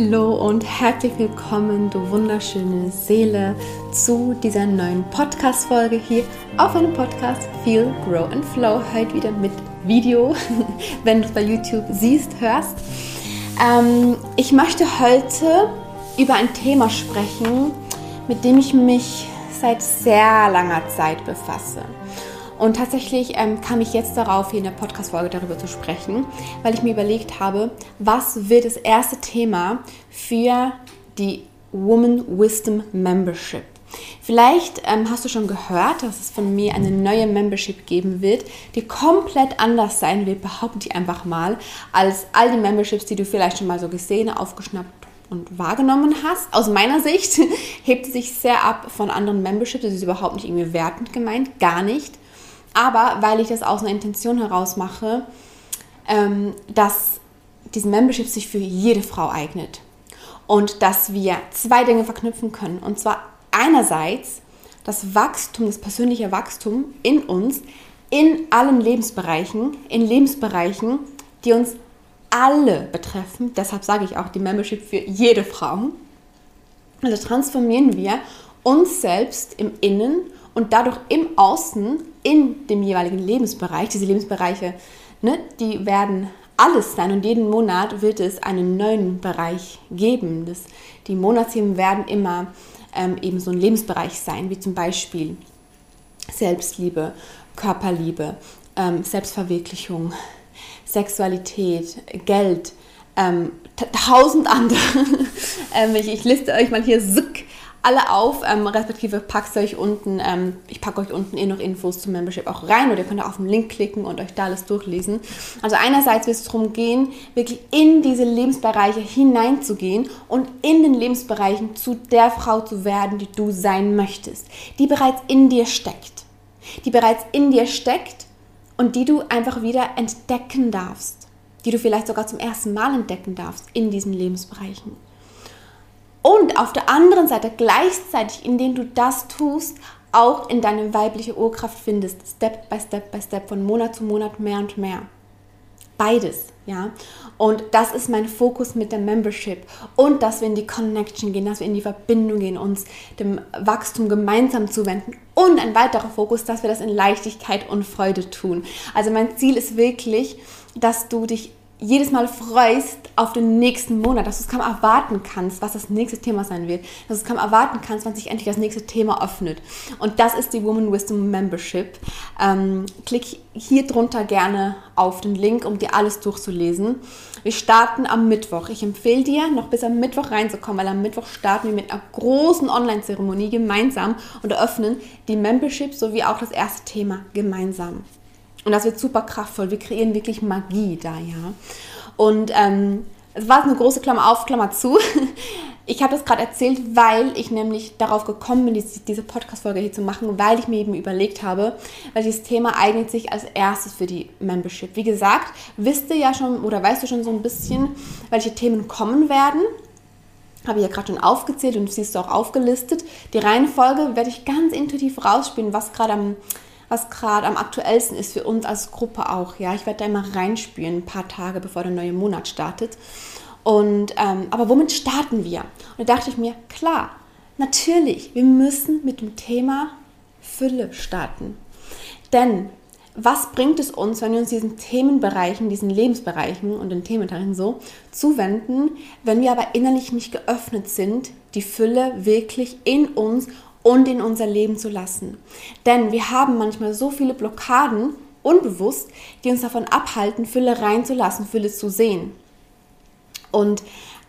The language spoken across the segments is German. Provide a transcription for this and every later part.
Hallo und herzlich willkommen, du wunderschöne Seele, zu dieser neuen Podcast-Folge hier auf einem Podcast Feel, Grow and Flow. Heute wieder mit Video, wenn du es bei YouTube siehst, hörst. Ich möchte heute über ein Thema sprechen, mit dem ich mich seit sehr langer Zeit befasse. Und tatsächlich kam ich jetzt darauf, hier in der Podcast-Folge darüber zu sprechen, weil ich mir überlegt habe, was wird das erste Thema für die Woman Wisdom Membership? Vielleicht hast du schon gehört, dass es von mir eine neue Membership geben wird, die komplett anders sein wird, behaupte ich einfach mal, als all die Memberships, die du vielleicht schon mal so gesehen, aufgeschnappt und wahrgenommen hast. Aus meiner Sicht hebt sie sich sehr ab von anderen Memberships. Das ist überhaupt nicht irgendwie wertend gemeint, gar nicht. Aber weil ich das aus einer Intention heraus mache, dass diese Membership sich für jede Frau eignet. Und dass wir zwei Dinge verknüpfen können. Und zwar einerseits das Wachstum, das persönliche Wachstum in uns, in allen Lebensbereichen, die uns alle betreffen. Deshalb sage ich auch die Membership für jede Frau. Also transformieren wir uns selbst im Innen und dadurch im Außen in dem jeweiligen Lebensbereich. Diese Lebensbereiche, die werden alles sein und jeden Monat wird es einen neuen Bereich geben. Die Monatsthemen werden immer eben so ein Lebensbereich sein, wie zum Beispiel Selbstliebe, Körperliebe, Selbstverwirklichung, Sexualität, Geld, 1000 andere. Ich liste euch mal hier alle auf, respektive packt euch unten, ich packe euch unten noch Infos zum Membership auch rein oder ihr könnt auf den Link klicken und euch da alles durchlesen. Also einerseits wird es darum gehen, wirklich in diese Lebensbereiche hineinzugehen und in den Lebensbereichen zu der Frau zu werden, die du sein möchtest, die bereits in dir steckt. Und die du einfach wieder entdecken darfst, die du vielleicht sogar zum ersten Mal entdecken darfst in diesen Lebensbereichen. Und auf der anderen Seite gleichzeitig, indem du das tust, auch in deine weibliche Urkraft findest, Step by Step by Step, von Monat zu Monat mehr und mehr. Beides, ja. Und das ist mein Fokus mit der Membership. Und dass wir in die Connection gehen, dass wir in die Verbindung gehen, uns dem Wachstum gemeinsam zuwenden. Und ein weiterer Fokus, dass wir das in Leichtigkeit und Freude tun. Also mein Ziel ist wirklich, dass du dich jedes Mal freust auf den nächsten Monat, dass du es kaum erwarten kannst, was das nächste Thema sein wird, dass du es kaum erwarten kannst, wann sich endlich das nächste Thema öffnet. Und das ist die Woman Wisdom Membership. Klick hier drunter gerne auf den Link, um dir alles durchzulesen. Wir starten am Mittwoch. Ich empfehle dir, noch bis am Mittwoch reinzukommen, weil am Mittwoch starten wir mit einer großen Online-Zeremonie gemeinsam und eröffnen die Membership sowie auch das erste Thema gemeinsam. Und das wird super kraftvoll. Wir kreieren wirklich Magie da, ja. Und es war eine große Klammer auf, Klammer zu. Ich habe das gerade erzählt, weil ich nämlich darauf gekommen bin, diese Podcast-Folge hier zu machen, weil ich mir eben überlegt habe, weil dieses Thema eignet sich als erstes für die Membership. Wie gesagt, weißt du schon so ein bisschen, welche Themen kommen werden. Habe ich ja gerade schon aufgezählt und siehst du auch aufgelistet. Die Reihenfolge werde ich ganz intuitiv rausspielen, was gerade am aktuellsten ist für uns als Gruppe auch. Ja? Ich werde da immer reinspüren, ein paar Tage bevor der neue Monat startet. Und, aber womit starten wir? Und da dachte ich mir, klar, natürlich, wir müssen mit dem Thema Fülle starten. Denn was bringt es uns, wenn wir uns diesen Themenbereichen, diesen Lebensbereichen und den Thementeilen so zuwenden, wenn wir aber innerlich nicht geöffnet sind, die Fülle wirklich in uns und in unser Leben zu lassen. Denn wir haben manchmal so viele Blockaden, unbewusst, die uns davon abhalten, Fülle reinzulassen, Fülle zu sehen. Und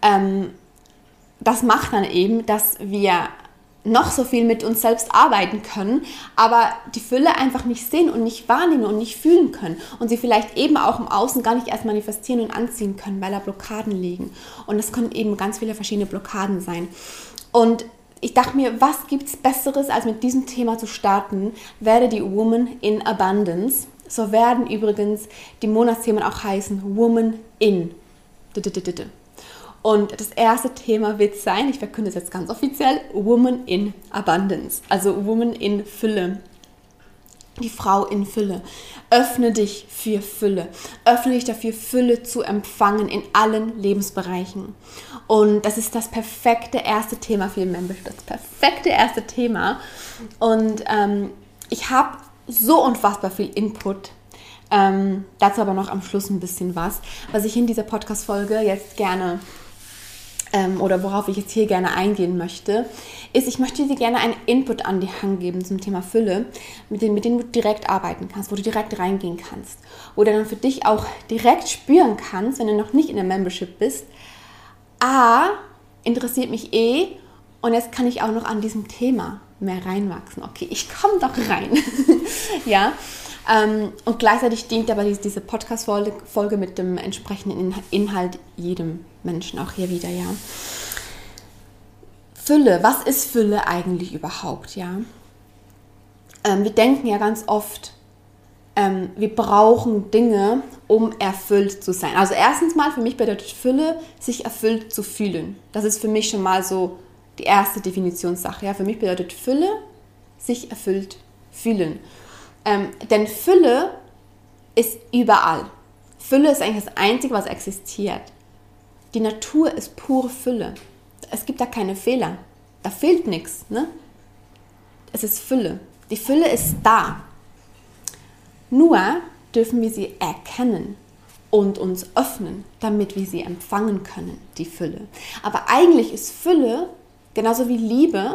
das macht dann eben, dass wir noch so viel mit uns selbst arbeiten können, aber die Fülle einfach nicht sehen und nicht wahrnehmen und nicht fühlen können und sie vielleicht eben auch im Außen gar nicht erst manifestieren und anziehen können, weil da Blockaden liegen. Und das können eben ganz viele verschiedene Blockaden sein. Und ich dachte mir, was gibt es Besseres, als mit diesem Thema zu starten? Werde die Woman in Abundance. So werden übrigens die Monatsthemen auch heißen Woman in. Und das erste Thema wird sein, ich verkünde es jetzt ganz offiziell, Woman in Abundance. Also Woman in Fülle. die Frau in Fülle. Öffne dich für Fülle. Öffne dich dafür, Fülle zu empfangen in allen Lebensbereichen. Und das ist das perfekte erste Thema für den Membership. Das perfekte erste Thema. Und ich habe so unfassbar viel Input. Dazu aber noch am Schluss ein bisschen was ich in dieser Podcast-Folge jetzt gerne oder worauf ich jetzt hier gerne eingehen möchte, ist, ich möchte dir gerne einen Input an die Hand geben zum Thema Fülle, mit dem du direkt arbeiten kannst, wo du direkt reingehen kannst, wo du dann für dich auch direkt spüren kannst, wenn du noch nicht in der Membership bist, interessiert mich und jetzt kann ich auch noch an diesem Thema mehr reinwachsen. Okay, ich komme doch rein. Ja, und gleichzeitig dient aber diese Podcast-Folge mit dem entsprechenden Inhalt jedem Menschen auch hier wieder, ja. Fülle, was ist Fülle eigentlich überhaupt, ja? Wir denken ja ganz oft, wir brauchen Dinge, um erfüllt zu sein. Also erstens mal, für mich bedeutet Fülle, sich erfüllt zu fühlen. Das ist für mich schon mal so die erste Definitionssache. Ja? Für mich bedeutet Fülle, sich erfüllt fühlen. Denn Fülle ist überall. Fülle ist eigentlich das Einzige, was existiert. Die Natur ist pure Fülle. Es gibt da keine Fehler. Da fehlt nichts. Ne? Es ist Fülle. Die Fülle ist da. Nur dürfen wir sie erkennen und uns öffnen, damit wir sie empfangen können, die Fülle. Aber eigentlich ist Fülle, genauso wie Liebe,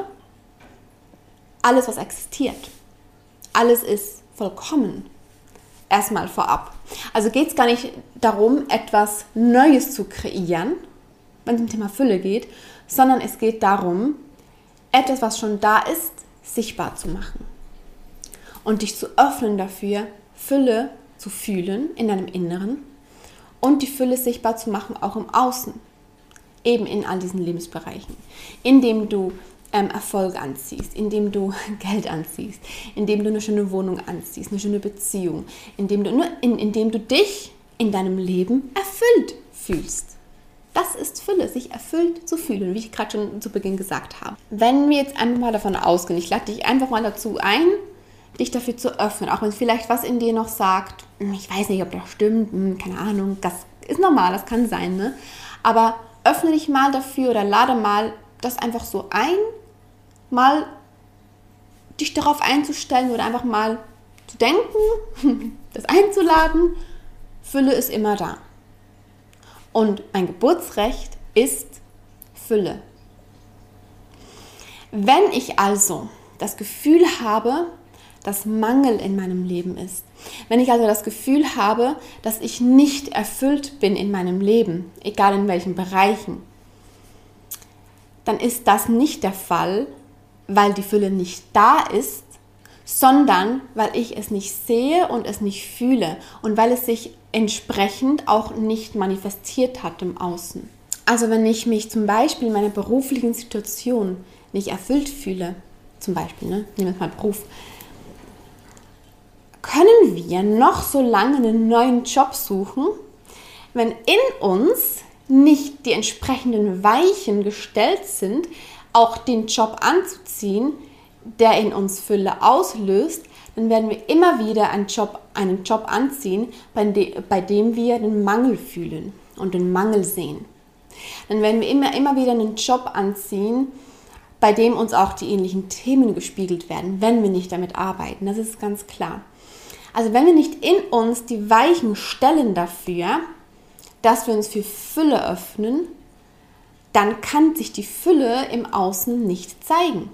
alles, was existiert. Alles ist vollkommen. Erstmal vorab. Also geht es gar nicht darum, etwas Neues zu kreieren, wenn es um Thema Fülle geht, sondern es geht darum, etwas, was schon da ist, sichtbar zu machen. Und dich zu öffnen dafür, Fülle zu fühlen in deinem Inneren und die Fülle sichtbar zu machen, auch im Außen. Eben in all diesen Lebensbereichen. Indem du Erfolg anziehst, indem du Geld anziehst, indem du eine schöne Wohnung anziehst, eine schöne Beziehung, indem du dich in deinem Leben erfüllt fühlst. Das ist Fülle, sich erfüllt zu fühlen, wie ich gerade schon zu Beginn gesagt habe. Wenn wir jetzt einfach mal davon ausgehen, ich lade dich einfach mal dazu ein, dich dafür zu öffnen, auch wenn vielleicht was in dir noch sagt, ich weiß nicht, ob das stimmt, keine Ahnung, das ist normal, das kann sein, ne? Aber öffne dich mal dafür oder lade mal das einfach so ein, mal dich darauf einzustellen oder einfach mal zu denken, das einzuladen. Fülle ist immer da. Und mein Geburtsrecht ist Fülle. Wenn ich also das Gefühl habe, dass Mangel in meinem Leben ist, wenn ich also das Gefühl habe, dass ich nicht erfüllt bin in meinem Leben, egal in welchen Bereichen, dann ist das nicht der Fall, weil die Fülle nicht da ist, sondern weil ich es nicht sehe und es nicht fühle und weil es sich entsprechend auch nicht manifestiert hat im Außen. Also wenn ich mich zum Beispiel in meiner beruflichen Situation nicht erfüllt fühle, zum Beispiel, nehmen wir mal Beruf, können wir noch so lange einen neuen Job suchen, wenn in uns nicht die entsprechenden Weichen gestellt sind, auch den Job anzuziehen, der in uns Fülle auslöst, dann werden wir immer wieder einen Job anziehen, bei dem wir den Mangel fühlen und den Mangel sehen. Dann werden wir immer wieder einen Job anziehen, bei dem uns auch die ähnlichen Themen gespiegelt werden, wenn wir nicht damit arbeiten. Das ist ganz klar. Also wenn wir nicht in uns die Weichen stellen dafür, dass wir uns für Fülle öffnen, dann kann sich die Fülle im Außen nicht zeigen.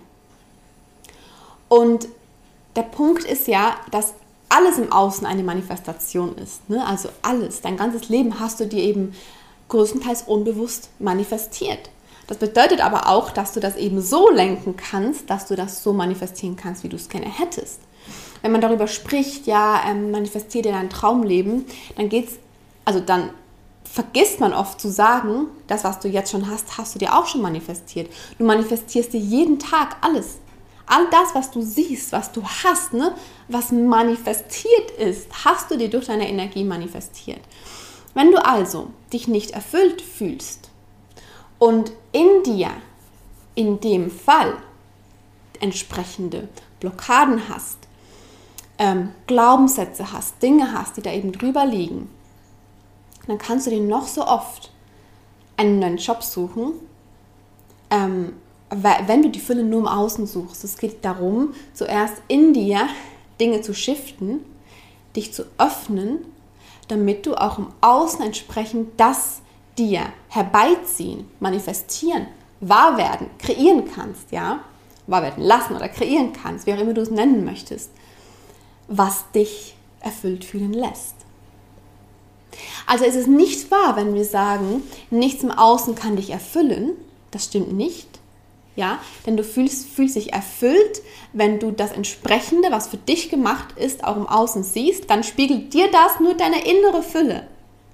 Und der Punkt ist ja, dass alles im Außen eine Manifestation ist. Ne? Also alles, dein ganzes Leben hast du dir eben größtenteils unbewusst manifestiert. Das bedeutet aber auch, dass du das eben so lenken kannst, dass du das so manifestieren kannst, wie du es gerne hättest. Wenn man darüber spricht, ja, manifestiere dir dein Traumleben, dann vergisst man oft zu sagen, das, was du jetzt schon hast, hast du dir auch schon manifestiert. Du manifestierst dir jeden Tag alles. All das, was du siehst, was du hast, ne, was manifestiert ist, hast du dir durch deine Energie manifestiert. Wenn du also dich nicht erfüllt fühlst und in dir in dem Fall entsprechende Blockaden hast, Glaubenssätze hast, Dinge hast, die da eben drüber liegen, dann kannst du dir noch so oft einen neuen Job suchen, wenn du die Fülle nur im Außen suchst. Es geht darum, zuerst in dir Dinge zu shiften, dich zu öffnen, damit du auch im Außen entsprechend das dir herbeiziehen, manifestieren, wahr werden, kreieren kannst, ja? Wahr werden lassen oder kreieren kannst, wie auch immer du es nennen möchtest, was dich erfüllt fühlen lässt. Also es ist nicht wahr, wenn wir sagen, nichts im Außen kann dich erfüllen. Das stimmt nicht. Ja? Denn du fühlst dich erfüllt, wenn du das Entsprechende, was für dich gemacht ist, auch im Außen siehst. Dann spiegelt dir das nur deine innere Fülle.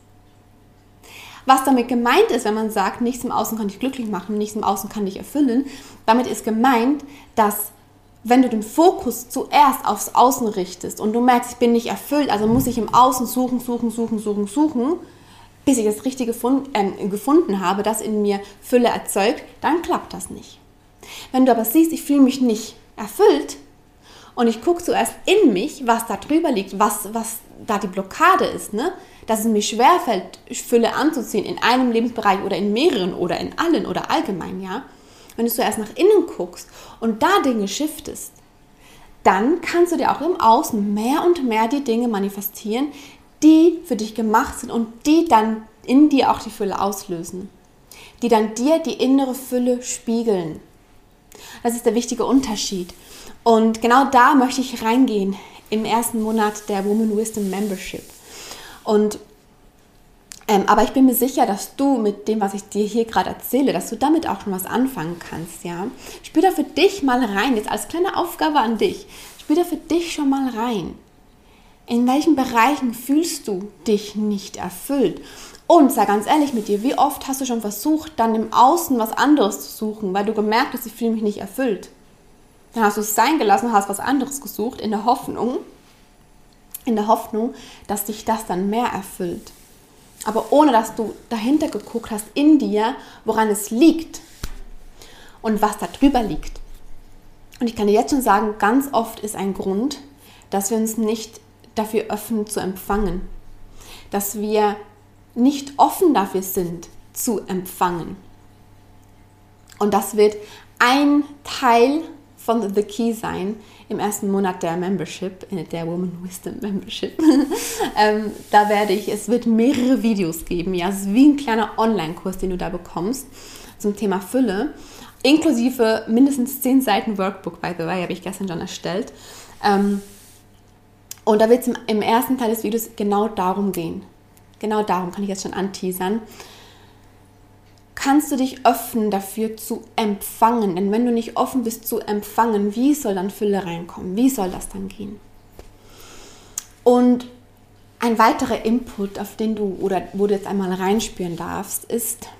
Was damit gemeint ist, wenn man sagt, nichts im Außen kann dich glücklich machen, nichts im Außen kann dich erfüllen, damit ist gemeint, dass wenn du den Fokus zuerst aufs Außen richtest und du merkst, ich bin nicht erfüllt, also muss ich im Außen suchen, bis ich das Richtige gefunden habe, das in mir Fülle erzeugt, dann klappt das nicht. Wenn du aber siehst, ich fühle mich nicht erfüllt und ich gucke zuerst in mich, was da drüber liegt, was da die Blockade ist, ne? Dass es mir schwerfällt, Fülle anzuziehen in einem Lebensbereich oder in mehreren oder in allen oder allgemein, ja? Wenn du zuerst nach innen guckst und da Dinge shiftest, dann kannst du dir auch im Außen mehr und mehr die Dinge manifestieren, die für dich gemacht sind und die dann in dir auch die Fülle auslösen, die dann dir die innere Fülle spiegeln. Das ist der wichtige Unterschied. Und genau da möchte ich reingehen im ersten Monat der Woman Wisdom Membership. Aber ich bin mir sicher, dass du mit dem, was ich dir hier gerade erzähle, dass du damit auch schon was anfangen kannst. Ja? Spür da für dich mal rein, jetzt als kleine Aufgabe an dich, spür da für dich schon mal rein. In welchen Bereichen fühlst du dich nicht erfüllt? Und sei ganz ehrlich mit dir, wie oft hast du schon versucht, dann im Außen was anderes zu suchen, weil du gemerkt hast, ich fühle mich nicht erfüllt. Dann hast du es sein gelassen und hast was anderes gesucht, in der Hoffnung, dass dich das dann mehr erfüllt. Aber ohne, dass du dahinter geguckt hast in dir, woran es liegt und was da drüber liegt. Und ich kann dir jetzt schon sagen, ganz oft ist ein Grund, dass wir uns nicht dafür öffnen zu empfangen. Dass wir nicht offen dafür sind zu empfangen. Und das wird ein Teil von The Key sein im ersten Monat der Membership, der Woman Wisdom Membership. Es wird mehrere Videos geben. Ja, es ist wie ein kleiner Online-Kurs, den du da bekommst zum Thema Fülle, inklusive mindestens 10 Seiten Workbook, by the way, habe ich gestern schon erstellt. Und da wird es im ersten Teil des Videos genau darum gehen. Genau darum kann ich jetzt schon anteasern. Kannst du dich öffnen dafür zu empfangen? Denn wenn du nicht offen bist zu empfangen, wie soll dann Fülle reinkommen? Wie soll das dann gehen? Und ein weiterer Input, auf den wo du jetzt einmal reinspüren darfst, ist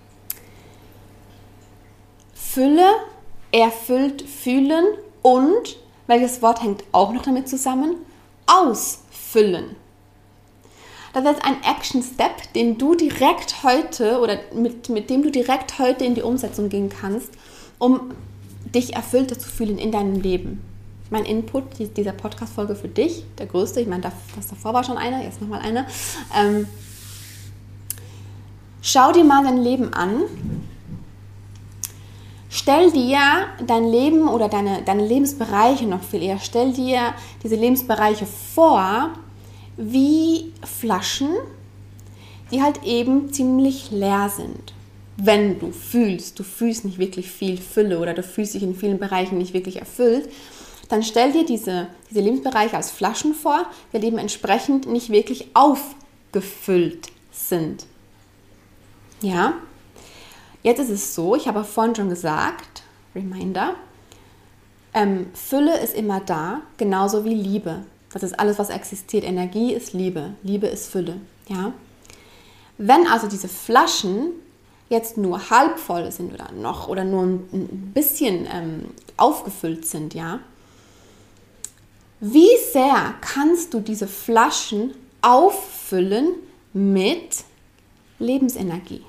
Fülle, erfüllt fühlen und, welches Wort hängt auch noch damit zusammen? Ausfüllen. Das ist jetzt ein Action-Step, den du direkt heute oder mit dem du direkt heute in die Umsetzung gehen kannst, um dich erfüllter zu fühlen in deinem Leben. Mein Input dieser Podcast-Folge für dich, der größte, ich meine, das davor war schon einer, jetzt nochmal einer. Schau dir mal dein Leben an. Stell dir dein Leben oder deine Lebensbereiche noch viel eher, stell dir diese Lebensbereiche vor, wie Flaschen, die halt eben ziemlich leer sind. Wenn du fühlst nicht wirklich viel Fülle oder du fühlst dich in vielen Bereichen nicht wirklich erfüllt, dann stell dir diese Lebensbereiche als Flaschen vor, die halt eben entsprechend nicht wirklich aufgefüllt sind. Ja, jetzt ist es so, ich habe vorhin schon gesagt, Reminder, Fülle ist immer da, genauso wie Liebe. Das ist alles, was existiert. Energie ist Liebe. Liebe ist Fülle. Ja? Wenn also diese Flaschen jetzt nur halb voll sind oder nur ein bisschen aufgefüllt sind, ja, wie sehr kannst du diese Flaschen auffüllen mit Lebensenergie?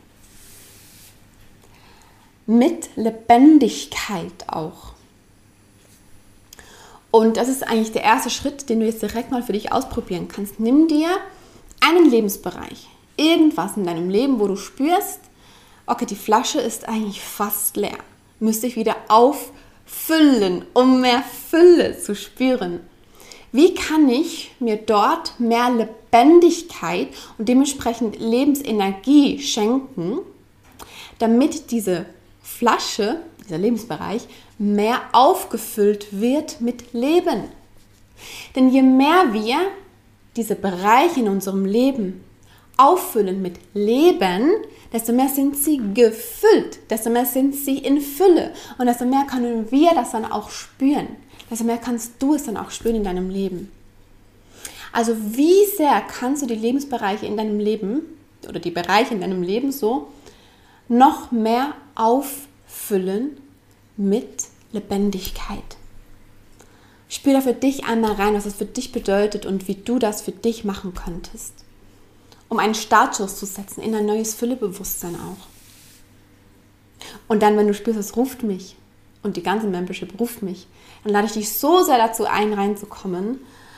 Mit Lebendigkeit auch. Und das ist eigentlich der erste Schritt, den du jetzt direkt mal für dich ausprobieren kannst. Nimm dir einen Lebensbereich, irgendwas in deinem Leben, wo du spürst, okay, die Flasche ist eigentlich fast leer. Müsste ich wieder auffüllen, um mehr Fülle zu spüren. Wie kann ich mir dort mehr Lebendigkeit und dementsprechend Lebensenergie schenken, damit diese Flasche, dieser Lebensbereich, mehr aufgefüllt wird mit Leben? Denn je mehr wir diese Bereiche in unserem Leben auffüllen mit Leben, desto mehr sind sie gefüllt, desto mehr sind sie in Fülle und desto mehr können wir das dann auch spüren, desto mehr kannst du es dann auch spüren in deinem Leben. Also wie sehr kannst du die Lebensbereiche in deinem Leben oder die Bereiche in deinem Leben so noch mehr auffüllen mit Lebendigkeit? Spür da für dich einmal rein, was das für dich bedeutet und wie du das für dich machen könntest, um einen Startschuss zu setzen in ein neues Füllebewusstsein auch. Und dann, wenn du spürst, es ruft mich und die ganze Membership ruft mich, dann lade ich dich so sehr dazu ein, reinzukommen.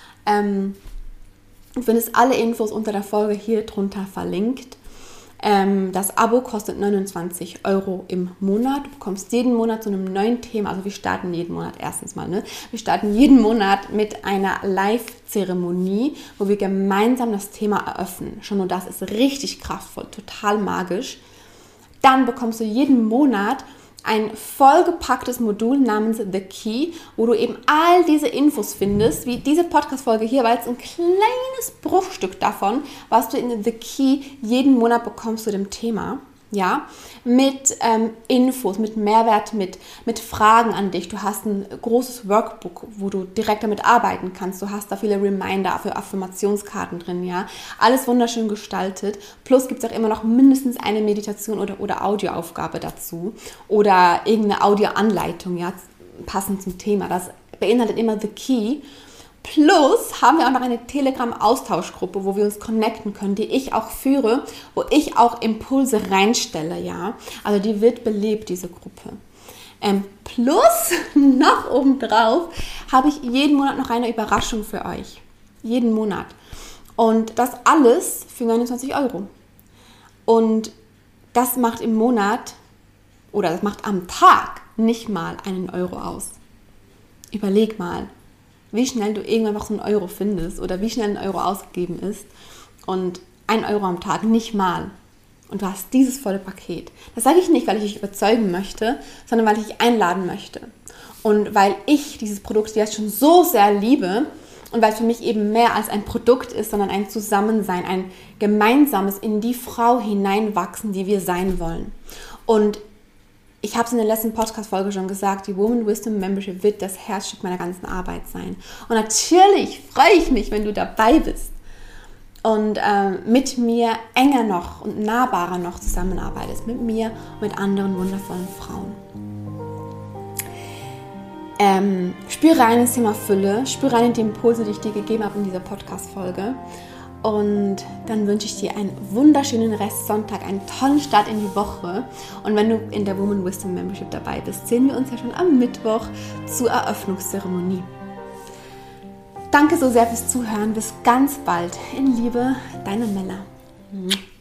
Du findest alle Infos unter der Folge hier drunter verlinkt. Das Abo kostet 29 € im Monat. Du bekommst jeden Monat zu einem neuen Thema. Also wir starten jeden Monat erstens mal. Wir starten jeden Monat mit einer Live-Zeremonie, wo wir gemeinsam das Thema eröffnen. Schon nur das ist richtig kraftvoll, total magisch. Dann bekommst du jeden Monat ein vollgepacktes Modul namens The Key, wo du eben all diese Infos findest, wie diese Podcast-Folge hier, weil es ein kleines Bruchstück davon, was du in The Key jeden Monat bekommst zu dem Thema, ja, mit Infos, mit Mehrwert, mit Fragen an dich. Du hast ein großes Workbook, wo du direkt damit arbeiten kannst. Du hast da viele Reminder für Affirmationskarten drin, ja. Alles wunderschön gestaltet. Plus gibt es auch immer noch mindestens eine Meditation oder Audioaufgabe dazu. Oder irgendeine Audioanleitung, ja, passend zum Thema. Das beinhaltet immer The Key. Plus haben wir auch noch eine Telegram-Austauschgruppe, wo wir uns connecten können, die ich auch führe, wo ich auch Impulse reinstelle, ja. Also die wird belebt, diese Gruppe. Plus noch obendrauf habe ich jeden Monat noch eine Überraschung für euch. Jeden Monat. Und das alles für 29 €. Und das macht im Monat oder das macht am Tag nicht mal einen Euro aus. Überleg mal, wie schnell du irgendwann noch so einen Euro findest oder wie schnell ein Euro ausgegeben ist und 1 Euro am Tag, nicht mal. Und du hast dieses volle Paket. Das sage ich nicht, weil ich dich überzeugen möchte, sondern weil ich dich einladen möchte. Und weil ich dieses Produkt jetzt schon so sehr liebe und weil es für mich eben mehr als ein Produkt ist, sondern ein Zusammensein, ein gemeinsames in die Frau hineinwachsen, die wir sein wollen. Und ich habe es in der letzten Podcast-Folge schon gesagt, die Woman Wisdom Membership wird das Herzstück meiner ganzen Arbeit sein. Und natürlich freue ich mich, wenn du dabei bist und mit mir enger noch und nahbarer noch zusammenarbeitest. Mit mir und mit anderen wundervollen Frauen. Spür rein ins Thema Fülle, spür rein in die Impulse, die ich dir gegeben habe in dieser Podcast-Folge. Und dann wünsche ich dir einen wunderschönen Restsonntag, einen tollen Start in die Woche. Und wenn du in der Woman Wisdom Membership dabei bist, sehen wir uns ja schon am Mittwoch zur Eröffnungszeremonie. Danke so sehr fürs Zuhören. Bis ganz bald. In Liebe, deine Mella.